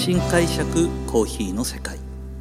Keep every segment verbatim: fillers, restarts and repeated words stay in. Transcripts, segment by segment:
新解釈コーヒーの世界。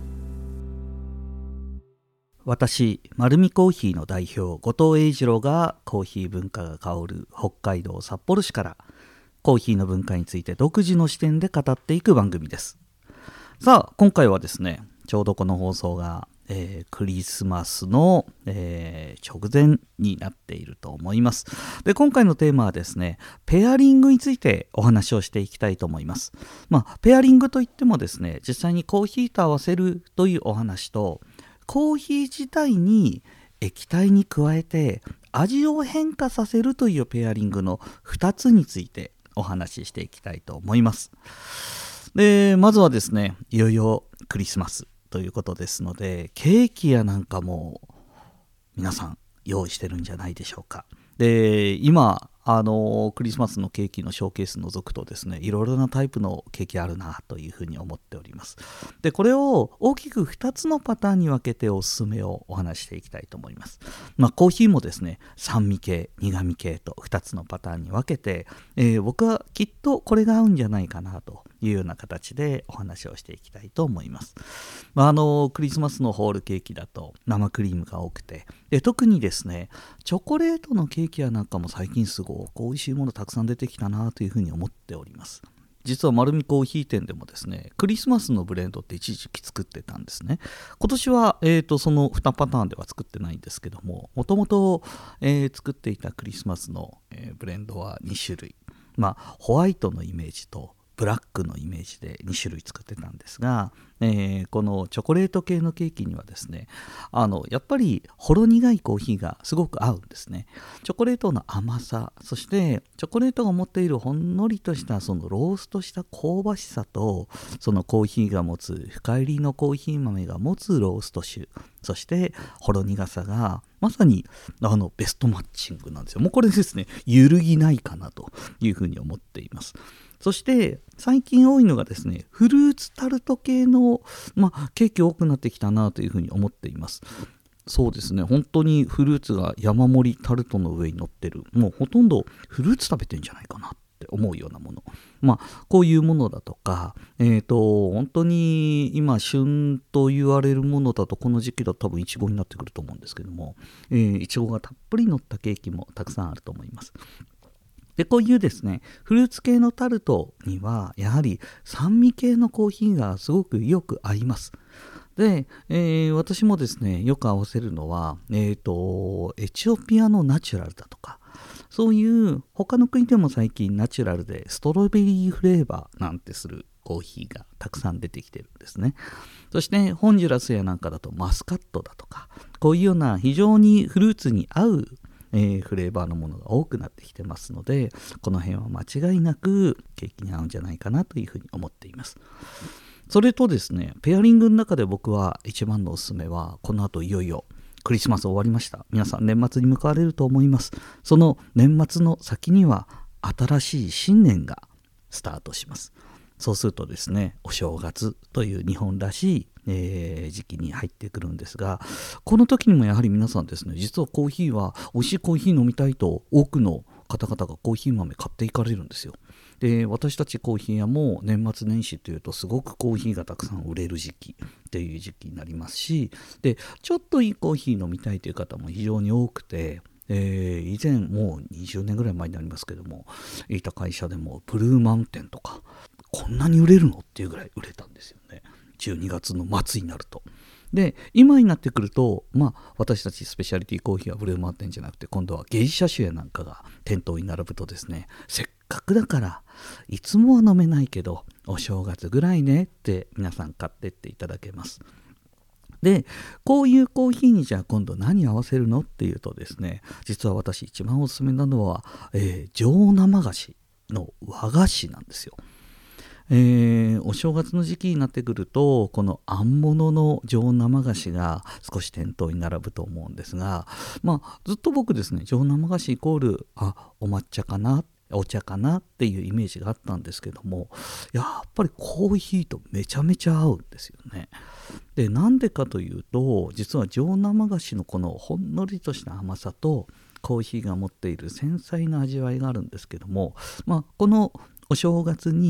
私丸るコーヒーの代表後藤英二郎がコーヒー文化が香る北海道札幌市からコーヒーの文化について独自の視点で語っていく番組です。さあ今回はですね、ちょうどこの放送が、えー、クリスマスの、えー、直前になっていると思います。で今回のテーマはですね、ペアリングについてお話をしていきたいと思います。まあペアリングといってもですね、実際にコーヒーと合わせるというお話と、コーヒー自体に液体に加えて味を変化させるというペアリングのふたつについてお話ししていきたいと思います。でまずはですね、いよいよクリスマスということですので、ケーキやなんかも皆さん用意してるんじゃないでしょうか。で今あのクリスマスのケーキのショーケース覗くとですね、いろいろなタイプのケーキあるなというふうに思っております。でこれを大きくふたつのパターンに分けておすすめをお話していきたいと思います。まあコーヒーもですね、酸味系苦味系とふたつのパターンに分けて、えー、僕はきっとこれが合うんじゃないかなというような形でお話をしていきたいと思います。まあ、あのクリスマスのホールケーキだと生クリームが多くて、で特にですねチョコレートのケーキやなんかも最近すごく美味しいものたくさん出てきたなというふうに思っております。実は丸るコーヒー店でもですね、クリスマスのブレンドって一時期作ってたんですね。今年は、えーと、そのにパターンでは作ってないんですけども、もともと作っていたクリスマスの、えー、ブレンドはにしゅるい、まあホワイトのイメージとブラックのイメージでにしゅるい作ってたんですが、えー、このチョコレート系のケーキにはですね、あのやっぱりほろ苦いコーヒーがすごく合うんですね。チョコレートの甘さ、そしてチョコレートが持っているほんのりとしたそのローストした香ばしさと、そのコーヒーが持つ深入りのコーヒー豆が持つロースト種、そしてほろ苦さがまさにあのベストマッチングなんですよ。もうこれですね、揺るぎないかなというふうに思っています。そして最近多いのがですね、フルーツタルト系の、まあ、ケーキ多くなってきたなというふうに思っています。そうですね、本当にフルーツが山盛りタルトの上に乗ってる、もうほとんどフルーツ食べてんじゃないかなって思うようなもの、まあこういうものだとか、えーと本当に今旬と言われるものだと、この時期だと多分イチゴになってくると思うんですけども、えー、イチゴがたっぷり乗ったケーキもたくさんあると思います。でこういうですねフルーツ系のタルトにはやはり酸味系のコーヒーがすごくよく合います。で、えー、私もですねよく合わせるのは、えーと、エチオピアのナチュラルだとか、そういう他の国でも最近ナチュラルでストロベリーフレーバーなんてするコーヒーがたくさん出てきてるんですね。そしてホンジュラスやなんかだとマスカットだとか、こういうような非常にフルーツに合うえー、フレーバーのものが多くなってきてますので、この辺は間違いなくケーキに合うんじゃないかなというふうに思っています。それとですね、ペアリングの中で僕は一番のおすすめは、この後いよいよクリスマス終わりました。皆さん年末に向かわれると思います。その年末の先には新しい新年がスタートします。そうするとですね、お正月という日本らしいえー、時期に入ってくるんですが、この時にもやはり皆さんですね、実はコーヒーは美味しいコーヒー飲みたいと多くの方々がコーヒー豆買っていかれるんですよ。で私たちコーヒー屋も年末年始というとすごくコーヒーがたくさん売れる時期っていう時期になりますし、でちょっといいコーヒー飲みたいという方も非常に多くて、えー、以前もうにじゅうねんぐらい前になりますけども、いた会社でもブルーマウンテンとかこんなに売れるのっていうぐらい売れたんですよね、じゅうにがつの末になると。で今になってくると、まあ、私たちスペシャリティコーヒーはブルーマウンテンじゃなくて、今度はゲイシャ種やなんかが店頭に並ぶとですね、せっかくだからいつもは飲めないけどお正月ぐらいねって皆さん買ってっていただけます。でこういうコーヒーにじゃあ今度何合わせるのっていうとですね、実は私一番おすすめなのは、えー、上生菓子の和菓子なんですよ。えー、お正月の時期になってくると、このあんものの上生菓子が少し店頭に並ぶと思うんですが、まあずっと僕ですね、上生菓子イコールあお抹茶かなお茶かなっていうイメージがあったんですけども、やっぱりコーヒーとめちゃめちゃ合うんですよね。でなんでかというと、実は上生菓子のこのほんのりとした甘さとコーヒーが持っている繊細な味わいがあるんですけども、まあ、このお正月に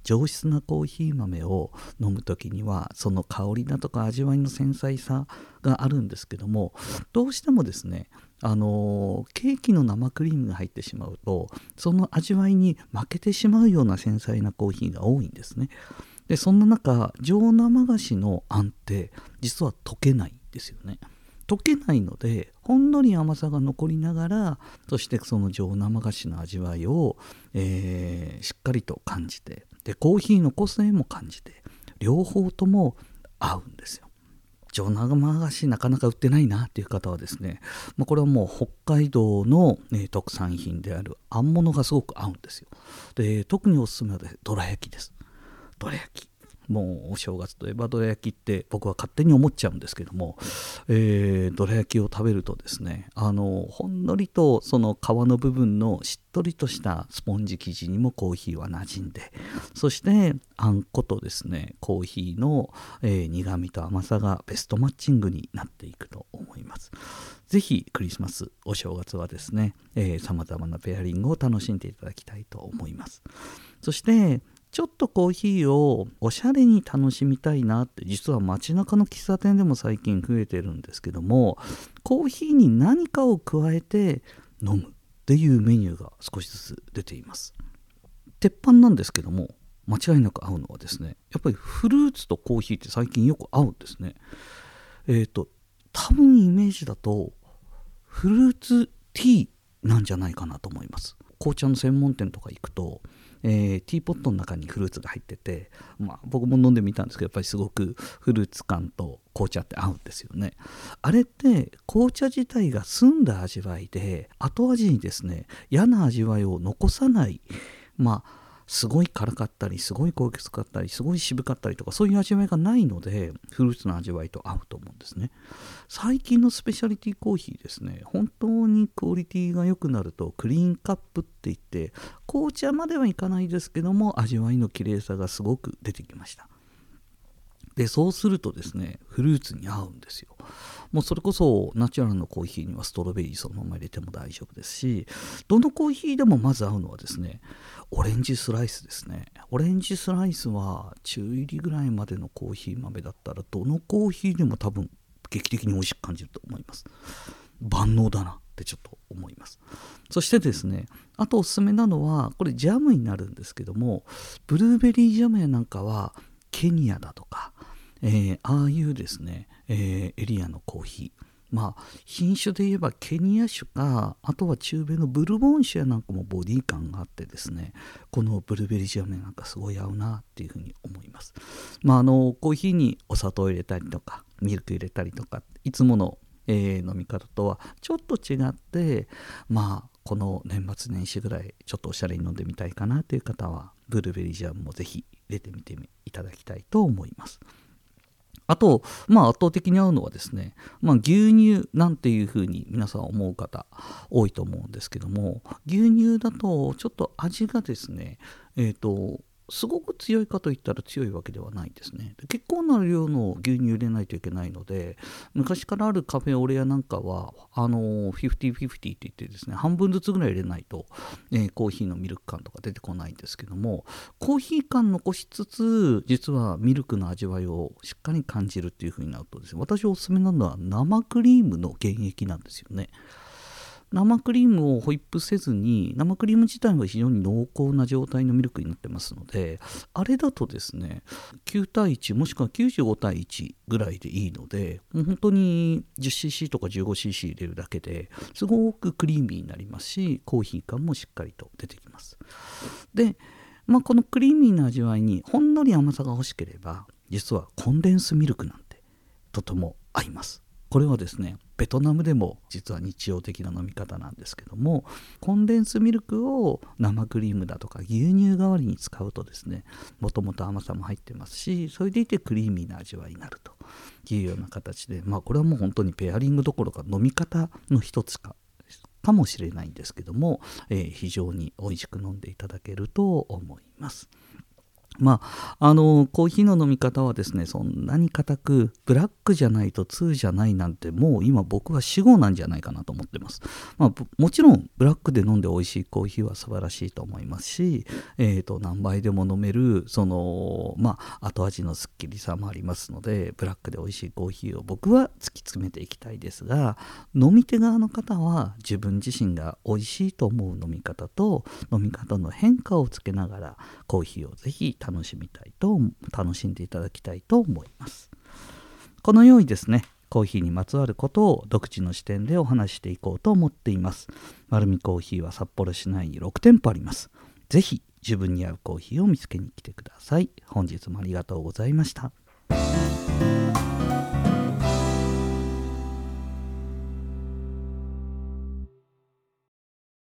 上質なコーヒー豆を飲む時にはその香りだとか味わいの繊細さがあるんですけども、どうしてもですねあのケーキの生クリームが入ってしまうとその味わいに負けてしまうような繊細なコーヒーが多いんですね。でそんな中上生菓子のあんって実は溶けないんですよね。溶けないのでほんのり甘さが残りながら、そしてその上生菓子の味わいを、えーしっかりと感じて、でコーヒーの個性も感じて、両方とも合うんですよ。上生菓子なかなか売ってないなっていう方はですね、まあ、これはもう北海道の、ね、特産品であるあんものがすごく合うんですよ。で特におすすめはどら焼きです。どら焼き、もうお正月といえばどら焼きって僕は勝手に思っちゃうんですけども、えー、どら焼きを食べるとですね、あのほんのりとその皮の部分のしっとりとしたスポンジ生地にもコーヒーは馴染んで、そしてあんことですねコーヒーの、えー、苦みと甘さがベストマッチングになっていくと思います。ぜひクリスマスお正月はですねさまざまなペアリングを楽しんでいただきたいと思います。そしてちょっとコーヒーをおしゃれに楽しみたいなって、実は街中の喫茶店でも最近増えてるんですけども、コーヒーに何かを加えて飲むっていうメニューが少しずつ出ています。鉄板なんですけども、間違いなく合うのはですね、やっぱりフルーツとコーヒーって最近よく合うんですね。えっと多分イメージだとフルーツティーなんじゃないかなと思います。紅茶の専門店とか行くと、えー、ティーポットの中にフルーツが入ってて、まあ、僕も飲んでみたんですけど、やっぱりすごくフルーツ感と紅茶って合うんですよね。あれって紅茶自体が澄んだ味わいで、後味にですね嫌な味わいを残さない、まあすごい辛かったりすごい高血かったりすごい渋かったりとか、そういう味わいがないのでフルーツの味わいと合うと思うんですね。最近のスペシャリティコーヒーですね、本当にクオリティが良くなるとクリーンカップって言って、紅茶まではいかないですけども味わいの綺麗さがすごく出てきました。でそうするとですねフルーツに合うんですよ。もうそれこそナチュラルのコーヒーにはストロベリーそのまま入れても大丈夫ですし、どのコーヒーでもまず合うのはですねオレンジスライスですね。オレンジスライスは中入りぐらいまでのコーヒー豆だったらどのコーヒーでも多分劇的に美味しく感じると思います。万能だなってちょっと思います。そしてですね、あとおすすめなのはこれジャムになるんですけども、ブルーベリージャムやなんかはケニアだとか、えー、ああいうですね、えー、エリアのコーヒー、まあ品種で言えばケニア種か、あとは中米のブルボン種やなんかもボディ感があってですね、このブルーベリージャムなんかすごい合うなっていうふうに思います。まああのコーヒーにお砂糖を入れたりとかミルク入れたりとかいつもの、えー、飲み方とはちょっと違って、まあこの年末年始ぐらいちょっとおしゃれに飲んでみたいかなという方はブルーベリージャムもぜひ入れてみていただきたいと思います。あと、まあ、圧倒的に合うのはですね、まあ、牛乳なんていうふうに皆さん思う方多いと思うんですけども、牛乳だとちょっと味がですね、えっとすごく強いかといったら強いわけではないですね。結構な量の牛乳入れないといけないので、昔からあるカフェオレやなんかはあのフィフティフィフティって言ってですね、半分ずつぐらい入れないと、えー、コーヒーのミルク感とか出てこないんですけども、コーヒー感残しつつ実はミルクの味わいをしっかり感じるっていう風になるとですね、私おすすめなのは生クリームの原液なんですよね。生クリームをホイップせずに、生クリーム自体は非常に濃厚な状態のミルクになってますので、あれだとですねきゅうたいいちもしくはきゅうじゅうごたいいちぐらいでいいので、もう本当に じゅっシーシー とか じゅうごシーシー 入れるだけですごくクリーミーになりますし、コーヒー感もしっかりと出てきます。で、まあ、このクリーミーな味わいにほんのり甘さが欲しければ、実はコンデンスミルクなんてとても合います。これはですねベトナムでも実は日常的な飲み方なんですけども、コンデンスミルクを生クリームだとか牛乳代わりに使うとですね、もともと甘さも入ってますし、それでいてクリーミーな味わいになるというような形で、まあこれはもう本当にペアリングどころか飲み方の一つかかもしれないんですけども、えー、非常に美味しく飲んでいただけると思います。 まあ、あのコーヒーの飲み方はですね、そんなに固くブラックじゃないとツーじゃないなんて、もう今僕は死語なんじゃないかなと思ってます。まあ、ぶもちろんブラックで飲んで美味しいコーヒーは素晴らしいと思いますし、えー、と何杯でも飲めるその、まあ、後味のすっきりさもありますので、ブラックで美味しいコーヒーを僕は突き詰めていきたいですが、飲み手側の方は自分自身が美味しいと思う飲み方と飲み方の変化をつけながらコーヒーをぜひ楽しみたいと楽しんでいただきたいと思います。このようにですね、コーヒーにまつわることを独自の視点でお話していこうと思っています。丸見コーヒーは札幌市内にろくてんぽあります。ぜひ自分に合うコーヒーを見つけに来てください。本日もありがとうございました。